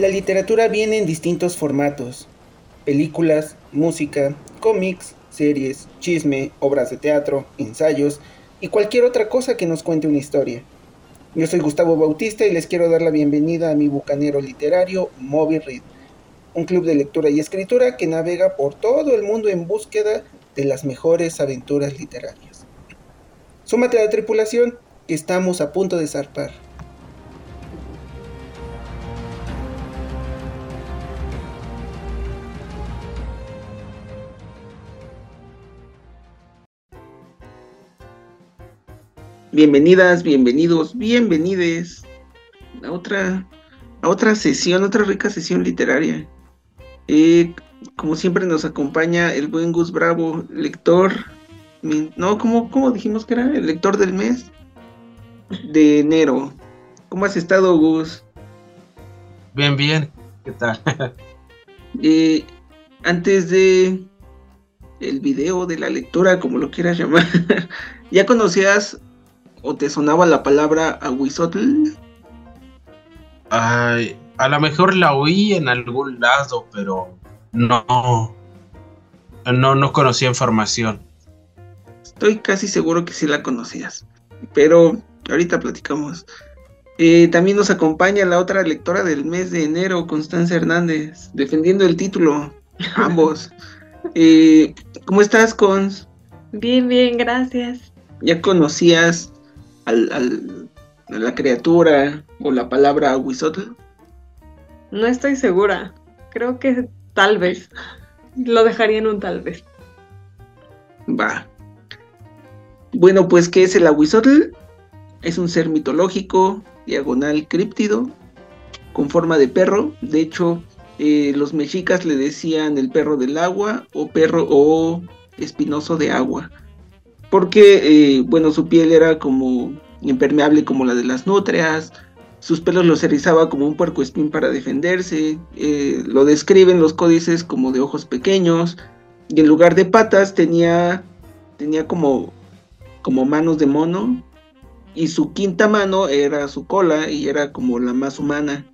La literatura viene en distintos formatos: películas, música, cómics, series, chisme, obras de teatro, ensayos y cualquier otra cosa que nos cuente una historia. Yo soy Gustavo Bautista y les quiero dar la bienvenida a mi bucanero literario Moby Read, un club de lectura y escritura que navega por todo el mundo en búsqueda de las mejores aventuras literarias. Súmate a la tripulación, que estamos a punto de zarpar. Bienvenidas, bienvenidos, bienvenides a otra sesión, otra rica sesión literaria. Como siempre nos acompaña el buen Gus Bravo, lector, no, ¿cómo dijimos que era? El lector del mes de enero. ¿Cómo has estado, Gus? Bien, ¿qué tal? Antes de el video de la lectura, como lo quieras llamar, ¿ya conocías o te sonaba la palabra aguizotl? Ay, a lo mejor la oí en algún lado, pero no conocía información. Estoy casi seguro que sí la conocías, pero ahorita platicamos. También nos acompaña la otra lectora del mes de enero, Constanza Hernández, defendiendo el título, ambos. ¿Cómo estás, Cons? Bien, gracias. ¿Ya conocías a la criatura o la palabra Huizotl? No estoy segura. Creo que tal vez. Lo dejaría en un tal vez. Va. Bueno, pues, ¿qué es el Ahuizotl? Es un ser mitológico, diagonal críptido, con forma de perro. De hecho, los mexicas le decían el perro del agua o perro o espinoso de agua, porque, su piel era como impermeable como la de las nutrias, sus pelos los erizaba como un puercoespín para defenderse, lo describen los códices como de ojos pequeños, y en lugar de patas tenía como manos de mono, y su quinta mano era su cola y era como la más humana.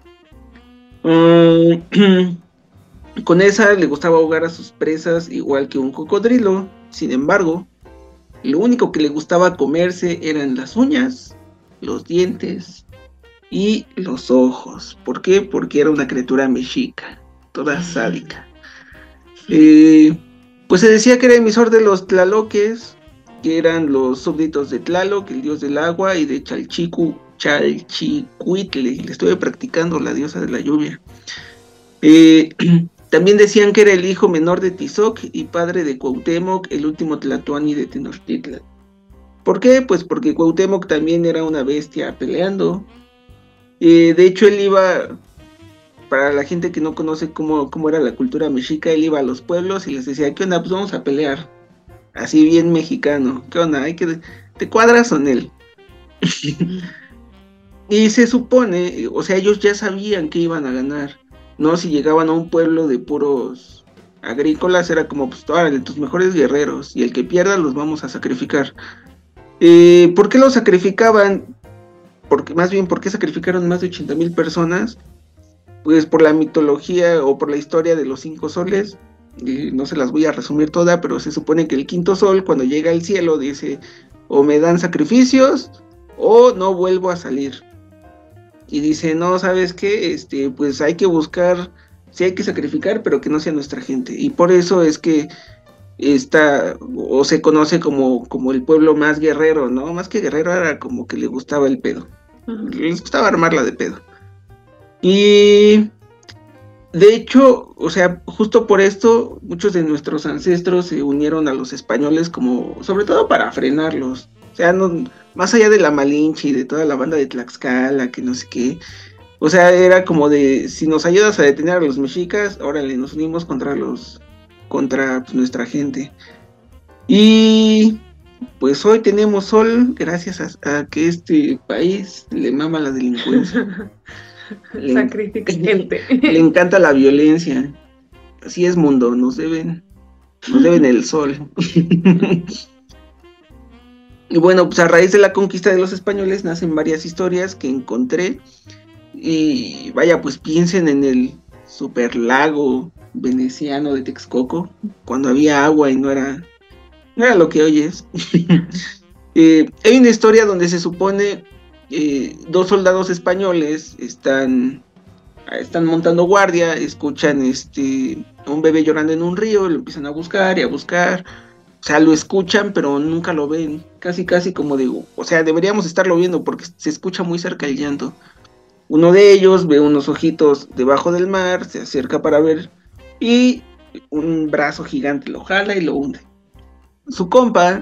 Con esa le gustaba ahogar a sus presas igual que un cocodrilo. Sin embargo, lo único que le gustaba comerse eran las uñas, los dientes y los ojos. ¿Por qué? Porque era una criatura mexica, toda sádica. Pues se decía que era emisor de los tlaloques, que eran los súbditos de Tlaloc, el dios del agua, y de Chalchicuitle. Le estuve practicando, la diosa de la lluvia. También decían que era el hijo menor de Tizoc y padre de Cuauhtémoc, el último tlatoani de Tenochtitlan. ¿Por qué? Pues porque Cuauhtémoc también era una bestia peleando. De hecho, él iba, para la gente que no conoce cómo era la cultura mexica, él iba a los pueblos y les decía, ¿qué onda? Pues vamos a pelear. Así bien mexicano. ¿Qué onda? ¿Te cuadras con él? Y se supone, o sea, ellos ya sabían que iban a ganar, ¿no? Si llegaban a un pueblo de puros agrícolas, era como, pues, órale, tus mejores guerreros, y el que pierda los vamos a sacrificar. ¿Por qué los sacrificaban? ¿Por qué sacrificaron más de 80,000 personas? Pues por la mitología o por la historia de los 5 soles. No se las voy a resumir toda, pero se supone que el quinto sol, cuando llega al cielo, dice, o me dan sacrificios, o no vuelvo a salir. Y dice, no, ¿sabes qué? Pues hay que buscar, sí hay que sacrificar, pero que no sea nuestra gente. Y por eso es que está, o se conoce como el pueblo más guerrero, ¿no? Más que guerrero, era como que le gustaba el pedo. Les gustaba armarla de pedo. Y de hecho, o sea, justo por esto, muchos de nuestros ancestros se unieron a los españoles como, sobre todo para frenarlos. O sea, no, más allá de la Malinche y de toda la banda de Tlaxcala, que no sé qué. O sea, era como de, si nos ayudas a detener a los mexicas, órale, nos unimos contra pues, nuestra gente. Y pues hoy tenemos sol gracias a que este país le mama la delincuencia. Sacrifica gente. Le encanta la violencia. Así es, mundo, nos deben el sol. Y bueno, pues a raíz de la conquista de los españoles nacen varias historias que encontré Y vaya, pues piensen en el super lago veneciano de Texcoco, cuando había agua y no era lo que hoy es. Hay una historia donde se supone dos soldados españoles están montando guardia, escuchan a un bebé llorando en un río, lo empiezan a buscar y a buscar. O sea, lo escuchan, pero nunca lo ven. Casi como digo, o sea, deberíamos estarlo viendo porque se escucha muy cerca el llanto. Uno de ellos ve unos ojitos debajo del mar, se acerca para ver y un brazo gigante lo jala y lo hunde. Su compa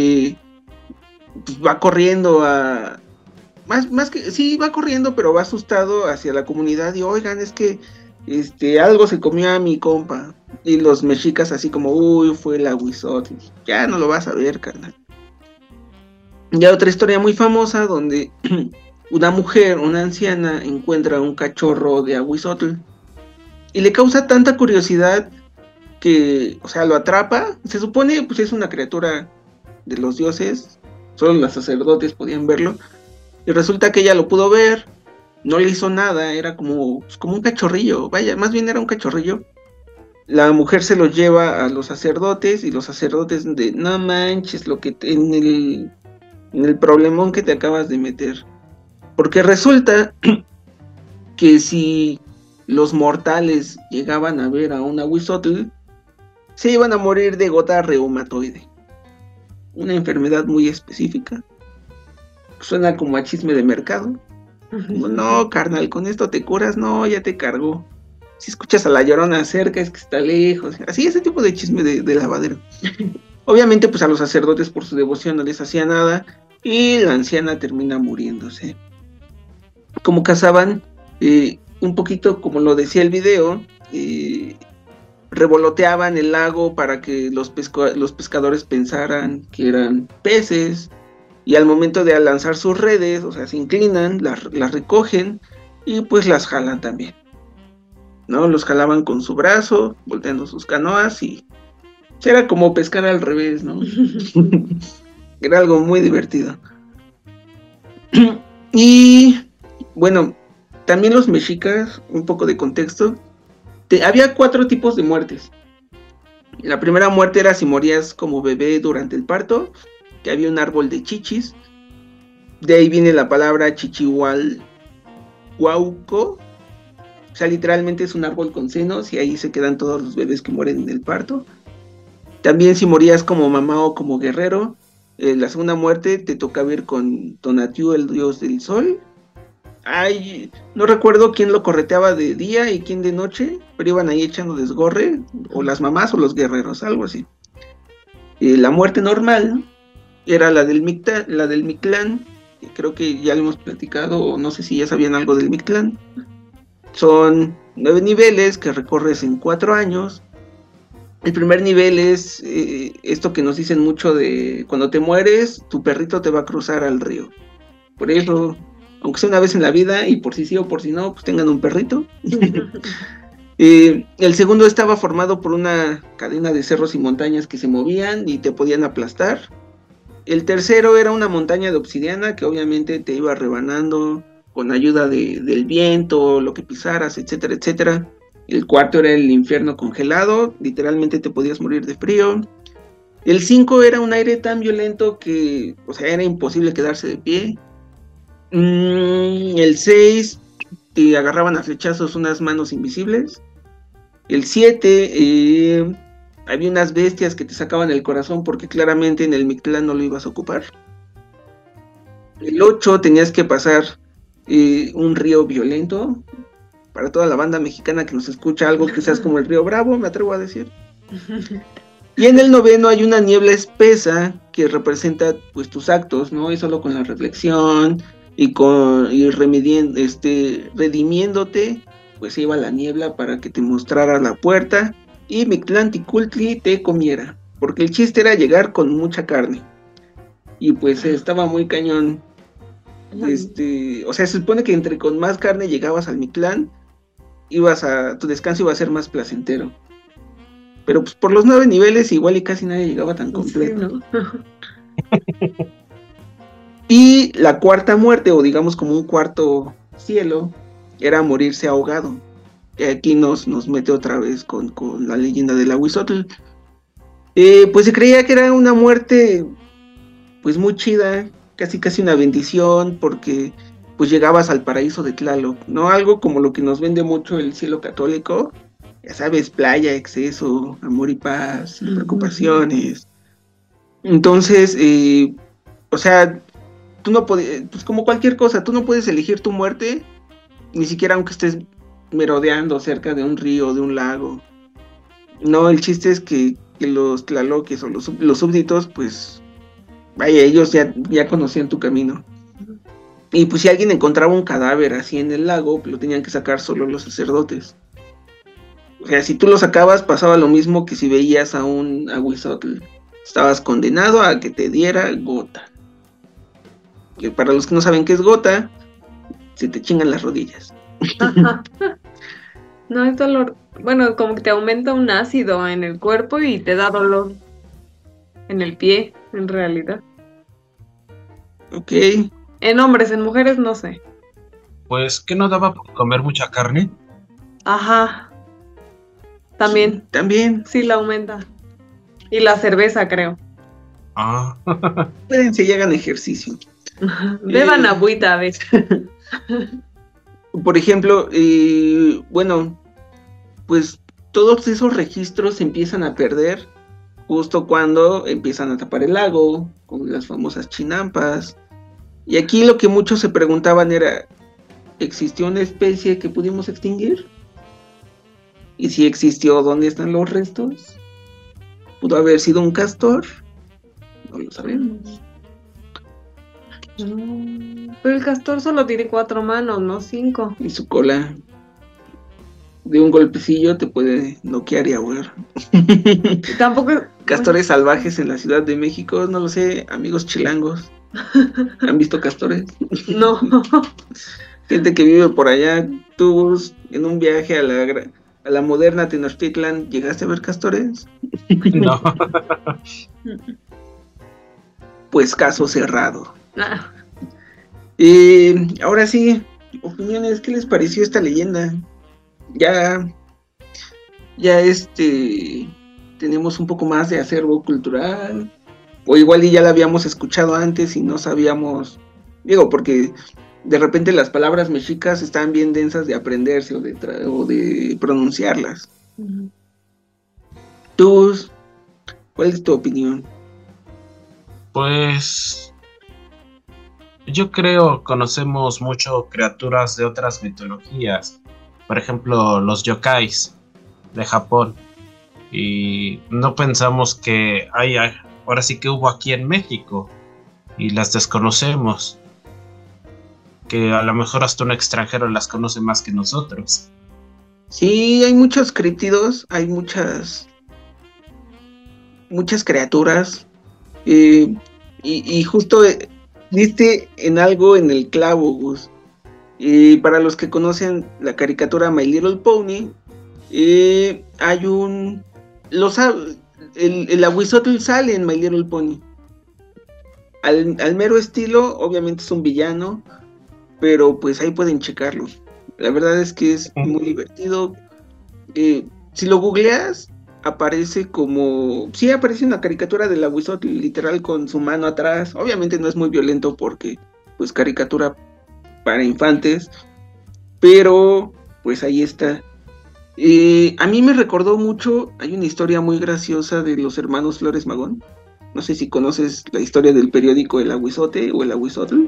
pues va corriendo más que, sí, va corriendo, pero va asustado hacia la comunidad y oigan, es que algo se comió a mi compa. Y los mexicas así como, uy, fue el aguizote. Ya no lo vas a ver, carnal. Ya otra historia muy famosa donde una mujer, una anciana, encuentra un cachorro de aguizotl y le causa tanta curiosidad que, o sea, lo atrapa. Se supone, pues es una criatura de los dioses, solo los sacerdotes podían verlo, y resulta que ella lo pudo ver, no le hizo nada, era como un cachorrillo, vaya, más bien era un cachorrillo. La mujer se lo lleva a los sacerdotes y los sacerdotes de, no manches, lo que en el problemón que te acabas de meter. Porque resulta que si los mortales llegaban a ver a un aguizotl, se iban a morir de gota reumatoide. Una enfermedad muy específica. Suena como a chisme de mercado. No, carnal, con esto te curas, no, ya te cargó. Si escuchas a la Llorona cerca, es que está lejos. Así, ese tipo de chisme de lavadero. Obviamente, pues a los sacerdotes por su devoción no les hacía nada y la anciana termina muriéndose. Como cazaban, un poquito como lo decía el video, revoloteaban el lago para que los pescadores pensaran que eran peces, y al momento de lanzar sus redes, o sea, se inclinan, las recogen y pues las jalan también, ¿no? Los jalaban con su brazo, volteando sus canoas y era como pescar al revés, ¿no? Era algo muy divertido. Y bueno, también los mexicas, un poco de contexto, había 4 tipos de muertes. La primera muerte era si morías como bebé durante el parto, que había un árbol de chichis. De ahí viene la palabra chichihualhuauco. O sea, literalmente es un árbol con senos y ahí se quedan todos los bebés que mueren en el parto. También si morías como mamá o como guerrero, la segunda muerte te toca ver con Tonatiuh, el dios del sol. Ay, no recuerdo quién lo correteaba de día y quién de noche, pero iban ahí echando desgorre, o las mamás o los guerreros, algo así. La muerte normal era la del Mictlán, que creo que ya lo hemos platicado, o no sé si ya sabían algo del Mictlán. Son 9 niveles que recorres en 4 años. El primer nivel es esto que nos dicen mucho de cuando te mueres, tu perrito te va a cruzar al río. Por eso, aunque sea una vez en la vida, y por si sí o por si no, pues tengan un perrito. El segundo estaba formado por una cadena de cerros y montañas que se movían y te podían aplastar. El tercero era una montaña de obsidiana que obviamente te iba rebanando con ayuda del viento, lo que pisaras, etcétera, etcétera. El cuarto era el infierno congelado, literalmente te podías morir de frío. El 5 era un aire tan violento que, o sea, era imposible quedarse de pie. El 6 te agarraban a flechazos unas manos invisibles. El 7 había unas bestias que te sacaban el corazón porque claramente en el Mictlán no lo ibas a ocupar. El 8 tenías que pasar un río violento. Para toda la banda mexicana que nos escucha, algo quizás como el río Bravo, me atrevo a decir. Y en el 9 hay una niebla espesa que representa pues tus actos, ¿no? Y solo con la reflexión y redimiéndote, pues se iba la niebla para que te mostrara la puerta y Mictlantecuhtli te comiera, porque el chiste era llegar con mucha carne. Y pues estaba muy cañón. O sea, se supone que entre con más carne llegabas al Mictlán, tu descanso iba a ser más placentero. Pero pues por los 9 niveles igual y casi nadie llegaba tan completo. Sí, ¿no? Y la cuarta muerte, o digamos como un cuarto cielo, era morirse ahogado. Y aquí nos mete otra vez con la leyenda del Aguizotl. Pues se creía que era una muerte pues muy chida, casi una bendición, porque pues llegabas al paraíso de Tlaloc, ¿no? Algo como lo que nos vende mucho el cielo católico, ya sabes, playa, exceso, amor y paz, sin preocupaciones. Entonces, o sea, tú no puedes, pues como cualquier cosa, tú no puedes elegir tu muerte, ni siquiera aunque estés merodeando cerca de un río, de un lago. No, el chiste es que los tlaloques o los súbditos, pues, vaya, ellos ya conocían tu camino. Y pues si alguien encontraba un cadáver así en el lago, lo tenían que sacar solo los sacerdotes. O sea, si tú lo sacabas, pasaba lo mismo que si veías a un Aguizotl. Estabas condenado a que te diera gota. Que para los que no saben qué es gota, se te chingan las rodillas. Ajá. No, es dolor. Bueno, como que te aumenta un ácido en el cuerpo y te da dolor en el pie, en realidad. Ok. En hombres, en mujeres no sé. Pues, ¿qué no daba por comer mucha carne? Ajá. También, Sí, también. sí la aumenta. Y la cerveza, creo. Ah, Espérense y hagan ejercicio. Beban agüita a veces. Por ejemplo, bueno, pues todos esos registros se empiezan a perder justo cuando empiezan a tapar el lago, con las famosas chinampas. Y aquí lo que muchos se preguntaban era, ¿existió una especie que pudimos extinguir? Y si existió, ¿dónde están los restos? ¿Pudo haber sido un castor? No lo sabemos. Pero el castor solo tiene 4 manos, no 5. Y su cola de un golpecillo te puede noquear y ahogar. Tampoco. Castores salvajes en la Ciudad de México, no lo sé, amigos chilangos. ¿Han visto castores? No. Gente que vive por allá, tú en un viaje a la moderna Tenochtitlan, ¿llegaste a ver castores? no. Pues caso cerrado. Ah, Ahora sí, opiniones, ¿qué les pareció esta leyenda? Ya tenemos un poco más de acervo cultural, o igual y ya la habíamos escuchado antes y no sabíamos, digo, porque de repente las palabras mexicas están bien densas de aprenderse o de pronunciarlas. ¿Tú, cuál es tu opinión? Pues yo creo conocemos mucho criaturas de otras mitologías, por ejemplo los yokais de Japón, y no pensamos que ahora sí que hubo aquí en México y las desconocemos, que a lo mejor hasta un extranjero las conoce más que nosotros. Sí, hay muchos críptidos, hay muchas criaturas, y justo diste en algo en el clavo, Gus. Para los que conocen la caricatura My Little Pony, hay el Aguizotl sale en My Little Pony. Al mero estilo, obviamente es un villano, pero pues ahí pueden checarlo. La verdad es que es muy divertido. Si lo googleas, aparece una caricatura del Aguizotl, literal con su mano atrás. Obviamente no es muy violento porque, pues, caricatura para infantes, pero pues ahí está. A mí me recordó mucho, hay una historia muy graciosa de los hermanos Flores Magón. No sé si conoces la historia del periódico El Aguizote o El Aguizotl.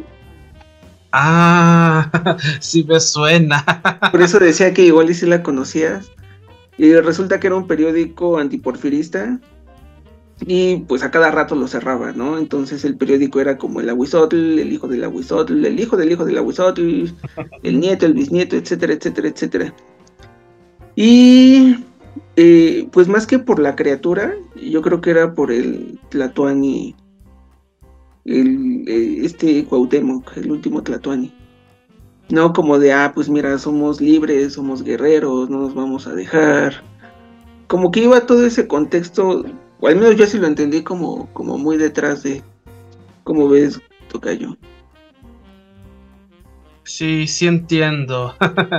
Ah, sí me suena. Por eso decía que igual y si la conocías. Y resulta que era un periódico antiporfirista y pues a cada rato lo cerraba, ¿no? Entonces el periódico era como el Aguizotl, el hijo del Aguizotl, el hijo del hijo del Aguizotl, el nieto, el bisnieto, etcétera, etcétera, etcétera. Y pues más que por la criatura, yo creo que era por el Tlatoani, Cuauhtémoc, el último Tlatoani. No como de, pues mira, somos libres, somos guerreros, no nos vamos a dejar. Como que iba todo ese contexto, o al menos yo sí lo entendí como muy detrás de, ¿cómo ves, tocayo? Sí, sí entiendo.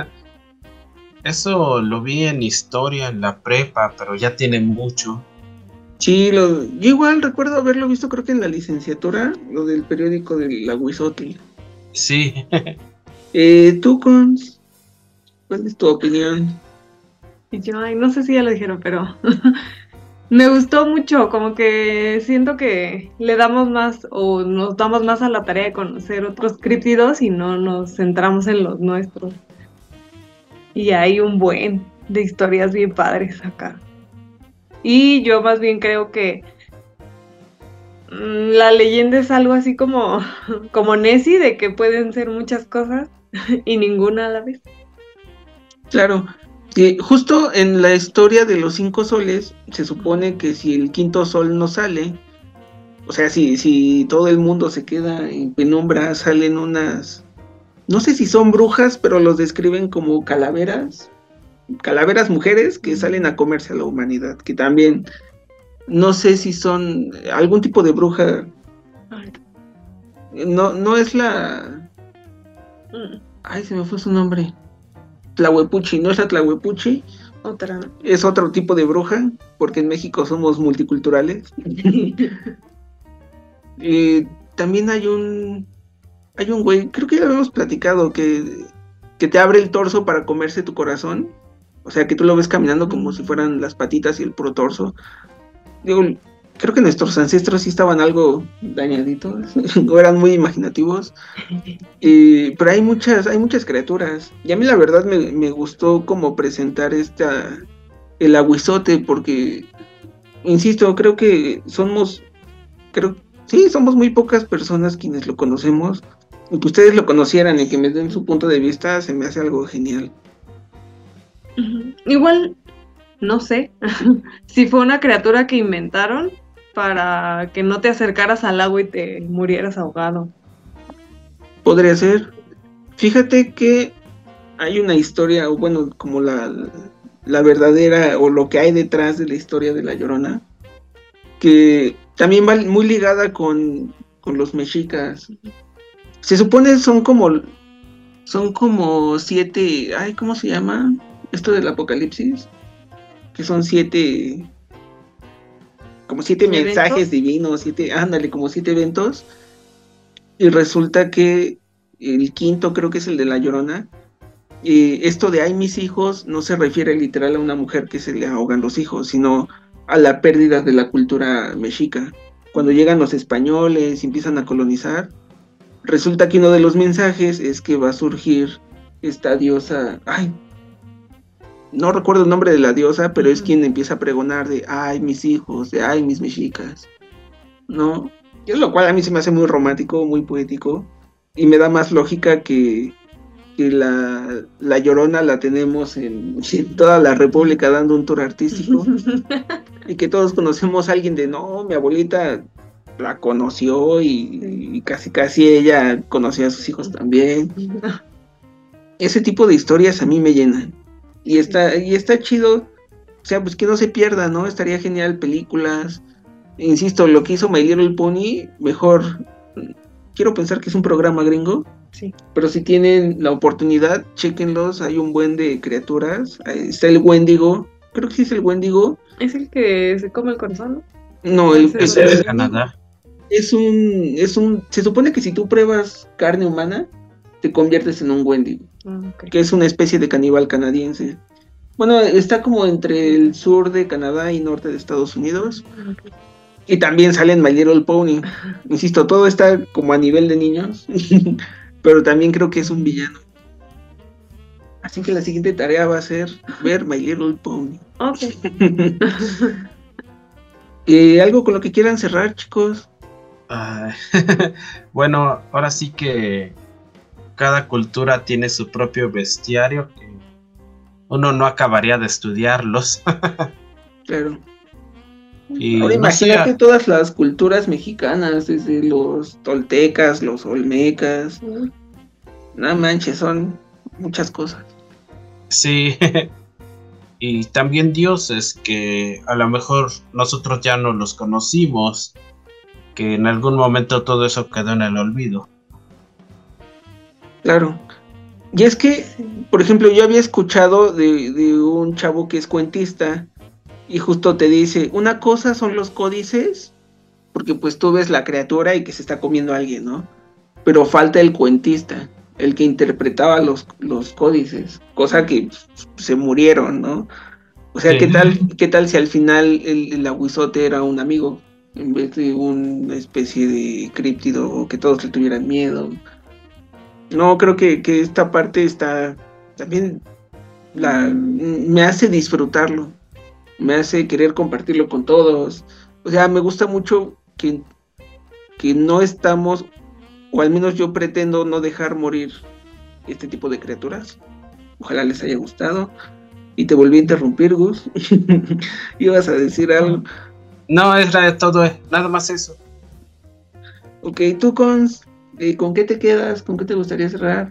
Eso lo vi en historia en la prepa, pero ya tiene mucho. Sí, yo igual recuerdo haberlo visto, creo que en la licenciatura, lo del periódico del Aguizote. Sí, ¿Tú, cuál es tu opinión? Y yo, ay, no sé si ya lo dijeron, pero me gustó mucho, como que siento que le damos más o nos damos más a la tarea de conocer otros críptidos y no nos centramos en los nuestros. Y hay un buen de historias bien padres acá. Y yo más bien creo que la leyenda es algo así como, como Nessie, de que pueden ser muchas cosas y ninguna a la vez. Claro, que justo en la historia de los 5 soles, se supone que si el quinto sol no sale, o sea, si todo el mundo se queda en penumbra, salen unas, no sé si son brujas, pero los describen como calaveras mujeres que salen a comerse a la humanidad, que también no sé si son algún tipo de bruja, Ay, no es la, mm, ay, se me fue su nombre, Tlahuepuchi, no es la Tlahuepuchi, otra. es otro tipo de bruja, porque en México somos multiculturales. También hay un güey, creo que ya lo habíamos platicado, que te abre el torso para comerse tu corazón. O sea, que tú lo ves caminando como si fueran las patitas y el puro torso. Digo, creo que nuestros ancestros sí estaban algo dañaditos, o eran muy imaginativos. Pero hay muchas criaturas. Y a mí la verdad me gustó como presentar el aguizote, porque, insisto, creo, sí, somos muy pocas personas quienes lo conocemos. Y que ustedes lo conocieran y que me den su punto de vista, se me hace algo genial. Igual, no sé si fue una criatura que inventaron para que no te acercaras al agua y te murieras ahogado. Podría ser. Fíjate que hay una historia, o bueno, como la verdadera, o lo que hay detrás de la historia de La Llorona, que también va muy ligada con los mexicas. Se supone son como 7, ay, ¿cómo se llama? Esto del apocalipsis, que son como 7 ¿Eventos? mensajes divinos, ándale, como 7 eventos, y resulta que el quinto creo que es el de La Llorona. Esto de ay mis hijos no se refiere literal a una mujer que se le ahogan los hijos, sino a la pérdida de la cultura mexica. Cuando llegan los españoles y empiezan a colonizar, resulta que uno de los mensajes es que va a surgir esta diosa, ay, no recuerdo el nombre de la diosa, pero es quien empieza a pregonar de ay mis hijos, de ay mis mexicas, ¿no? Y es lo cual a mí se me hace muy romántico, muy poético, y me da más lógica que la Llorona la tenemos en toda la República dando un tour artístico, y que todos conocemos a alguien de no, mi abuelita la conoció y casi casi ella conocía a sus hijos también. Ese tipo de historias a mí me llenan. Y está chido, o sea, pues que no se pierda, ¿no? Estaría genial películas. Insisto, lo que hizo My Little Pony, mejor. Quiero pensar que es un programa gringo, Sí. pero si tienen la oportunidad, chéquenlos. Hay un buen de criaturas. Ahí está el Wendigo, creo que sí es el Wendigo. Es el que se come el corazón, No, ¿no? Ese es es de el- Canadá. se supone que si tú pruebas carne humana, te conviertes en un Wendigo, Ah, ok. que es una especie de caníbal canadiense. Bueno, está como entre el sur de Canadá y norte de Estados Unidos. Ok. Y también sale en My Little Pony. Insisto, todo está como a nivel de niños, pero también creo que es un villano. Así que la siguiente tarea va a ser ver My Little Pony. Ok. ¿Algo con lo que quieran cerrar, chicos? Ay, bueno, ahora sí que cada cultura tiene su propio bestiario que uno no acabaría de estudiarlos. Claro. Y Ahora no sé, imagínate todas las culturas mexicanas, desde los toltecas, los olmecas. No manches, son muchas cosas. sí, y también dioses que a lo mejor nosotros ya no los conocimos, que en algún momento todo eso quedó en el olvido. Claro. Y es que, por ejemplo, yo había escuchado de un chavo que es cuentista y justo te dice, una cosa son los códices, porque pues tú ves la criatura y que se está comiendo a alguien, ¿no? Pero falta el cuentista, el que interpretaba los códices, cosa que pues, se murieron, ¿no? O sea, Sí. qué tal si al final el aguizote era un amigo en vez de una especie de críptido o que todos le tuvieran miedo? No, creo que esta parte está también me hace disfrutarlo, me hace querer compartirlo con todos. O sea, me gusta mucho que no estamos, o al menos yo pretendo no dejar morir este tipo de criaturas. Ojalá les haya gustado. Y te volví a interrumpir, Gus. Ibas a decir algo. No, era todo, nada más eso. Ok, tú ¿con qué te quedas? ¿Con qué te gustaría cerrar?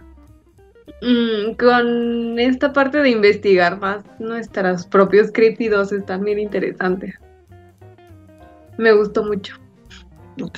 Con esta parte de investigar más nuestros propios críptidos es también interesante. Me gustó mucho. Ok.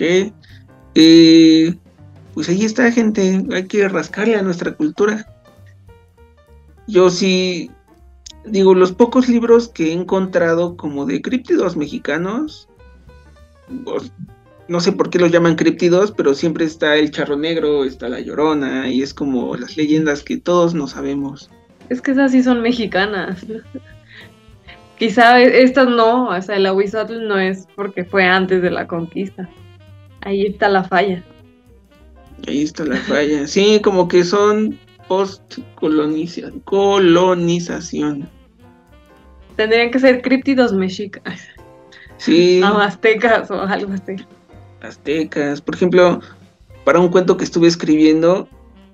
Pues ahí está, gente. Hay que rascarle a nuestra cultura. Yo sí, digo, los pocos libros que he encontrado como de críptidos mexicanos, pues, no sé por qué los llaman críptidos, pero siempre está el Charro Negro, está la Llorona, y es como las leyendas que todos no sabemos. Es que esas sí son mexicanas. Quizá estas no, o sea, el ahuizotl no es porque fue antes de la conquista. Ahí está la falla. Ahí está la falla. Sí, como que son colonización. Tendrían que ser críptidos mexicas. Sí. No, aztecas o algo así. Aztecas. Por ejemplo, para un cuento que estuve escribiendo,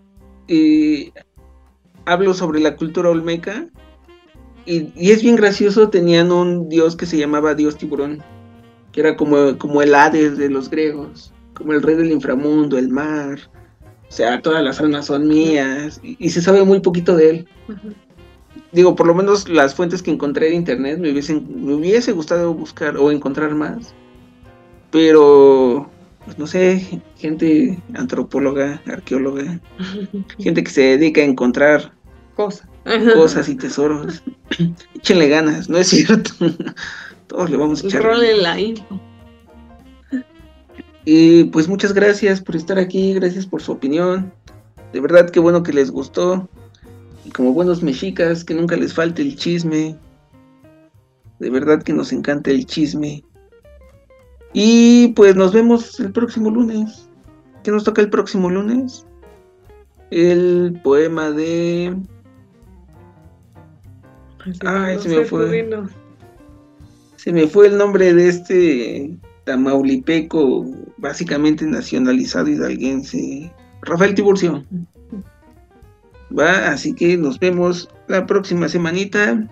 hablo sobre la cultura olmeca y es bien gracioso. Tenían un dios que se llamaba Dios Tiburón, que era como el Hades de los griegos, como el rey del inframundo, el mar. O sea, todas las almas son mías y se sabe muy poquito de él. Uh-huh. Digo, por lo menos las fuentes que encontré en internet me hubiese gustado buscar o encontrar más, pero pues no sé, gente antropóloga, arqueóloga, gente que se dedica a encontrar cosas y tesoros. Échenle ganas, no es cierto. Todos le vamos a echar. Role la info. Y pues muchas gracias por estar aquí, gracias por su opinión. De verdad que bueno que les gustó. Y como buenos mexicas, que nunca les falte el chisme. De verdad que nos encanta el chisme. Y pues nos vemos el próximo lunes. ¿Qué nos toca el próximo lunes? El poema de... Ay, se me fue. Se me fue el nombre de este tamaulipeco, básicamente nacionalizado hidalguense. Rafael Tiburcio. Va, así que nos vemos la próxima semanita.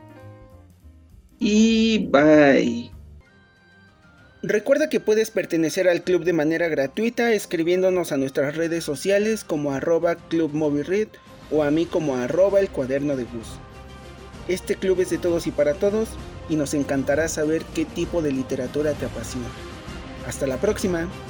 Y bye. Recuerda que puedes pertenecer al club de manera gratuita escribiéndonos a nuestras redes sociales como @clubmobyread o a mí como @elcuadernodegus. Este club es de todos y para todos y nos encantará saber qué tipo de literatura te apasiona. Hasta la próxima.